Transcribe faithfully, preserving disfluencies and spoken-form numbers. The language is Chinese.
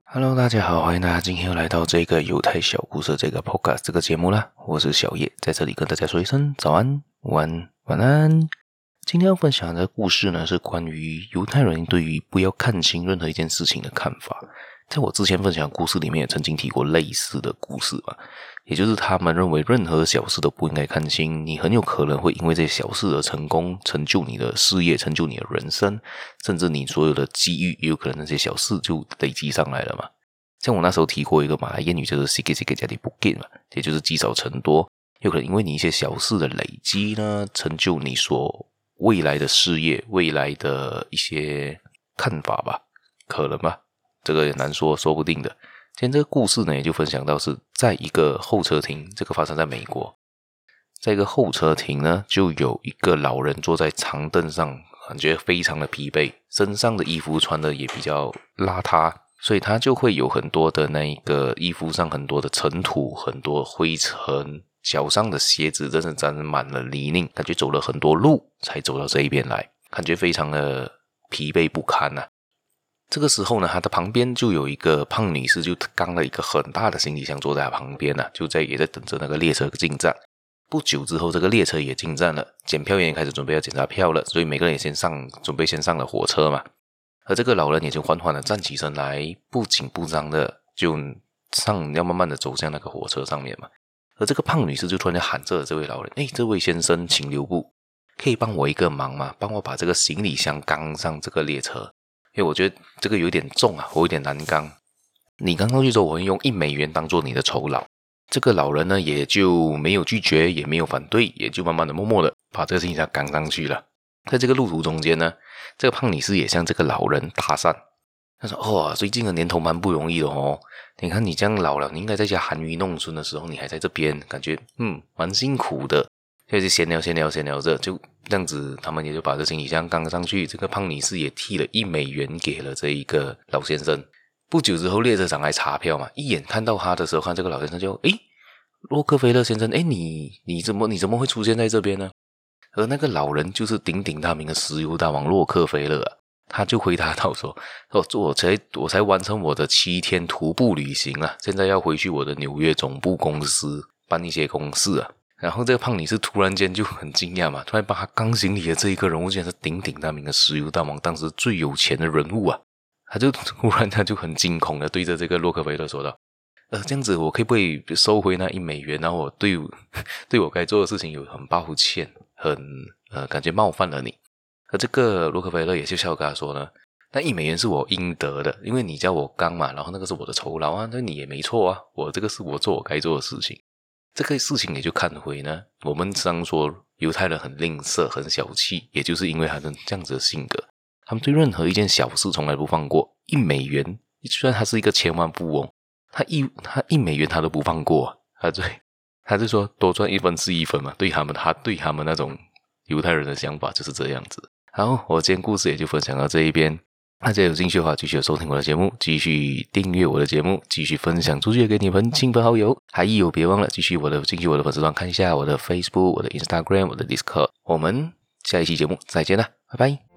Hello， 大家好，欢迎大家今天又来到这个犹太小故事这个 podcast 这个节目啦。我是小叶，在这里跟大家说一声早安、午安、晚安。今天要分享的故事呢，是关于犹太人对于不要看清任何一件事情的看法。在我之前分享的故事里面也曾经提过类似的故事嘛，也就是他们认为任何小事都不应该看清，你很有可能会因为这些小事而成功，成就你的事业，成就你的人生，甚至你所有的机遇也有可能那些小事就累积上来了嘛。像我那时候提过一个马来谚语，就是 sikit sikit jadi bukit 嘛，也就是积少成多，有可能因为你一些小事的累积呢，成就你所未来的事业，未来的一些看法吧，可能吧，这个也难说，说不定的。今天这个故事呢，也就分享到是在一个候车亭，这个发生在美国，在一个候车亭呢，就有一个老人坐在长凳上，感觉非常的疲惫，身上的衣服穿的也比较邋遢，所以他就会有很多的那个衣服上很多的尘土，很多灰尘，脚上的鞋子真的沾满了泥泞，感觉走了很多路才走到这一边来，感觉非常的疲惫不堪啊。这个时候呢，他的旁边就有一个胖女士，就扛了一个很大的行李箱坐在他旁边啊，就在也在等着那个列车进站。不久之后，这个列车也进站了，检票员也开始准备要检查票了，所以每个人也先上，准备先上了火车嘛。而这个老人也就缓缓的站起身来，不紧不张的就上，要慢慢的走向那个火车上面嘛。而这个胖女士就突然喊着这位老人，诶，这位先生请留步，可以帮我一个忙吗？帮我把这个行李箱扛上这个列车，因为我觉得这个有点重啊，我有点难扛。你刚上去之后，我会用一美元当做你的酬劳。这个老人呢，也就没有拒绝，也没有反对，也就慢慢的默默的把这个行李箱扛上去了。在这个路途中间呢，这个胖女士也向这个老人搭讪，他说：哦，最近的年头蛮不容易的哦，你看你这样老了，你应该在家含饴弄孙的时候，你还在这边，感觉嗯蛮辛苦的。所以就闲聊闲聊闲聊着，就这样子，他们也就把这行李箱扛上去。这个胖女士也替了一美元给了这一个老先生。不久之后，列车长来查票嘛，一眼看到他的时候，看这个老先生就，诶，洛克菲勒先生，诶，你你怎么你怎么会出现在这边呢？而那个老人就是鼎鼎大名的石油大王洛克菲勒啊，他就回答到说：哦，我才我才完成我的七天徒步旅行啊，现在要回去我的纽约总部公司办一些公事啊。然后这个胖女士突然间就很惊讶嘛，突然帮他扛行李的这一个人物，竟然是鼎鼎大名的石油大王，当时最有钱的人物啊。他就突然他就很惊恐的对着这个洛克菲勒说道：呃，这样子我可以不可以收回那一美元？然后我对对我该做的事情有很抱歉，很呃感觉冒犯了你。而这个洛克菲勒也就笑跟他说呢，那一美元是我应得的，因为你叫我刚嘛，然后那个是我的酬劳啊，那你也没错啊，我这个是我做我该做的事情。这个事情也就看回呢，我们常说犹太人很吝啬很小气，也就是因为他们这样子的性格，他们对任何一件小事从来不放过。一美元，就算他是一个千万富翁，他一他一美元他都不放过，他对他就说多赚一分是一分嘛，对他们他对他们那种犹太人的想法就是这样子。好，我今天故事也就分享到这一边，大家有兴趣的话继续收听我的节目，继续订阅我的节目，继续分享出去给你们亲朋好友，还有别忘了继续我的进去我的粉丝团看一下我的 Facebook、我的 Instagram、我的 Discord。我们下一期节目再见啦，拜拜。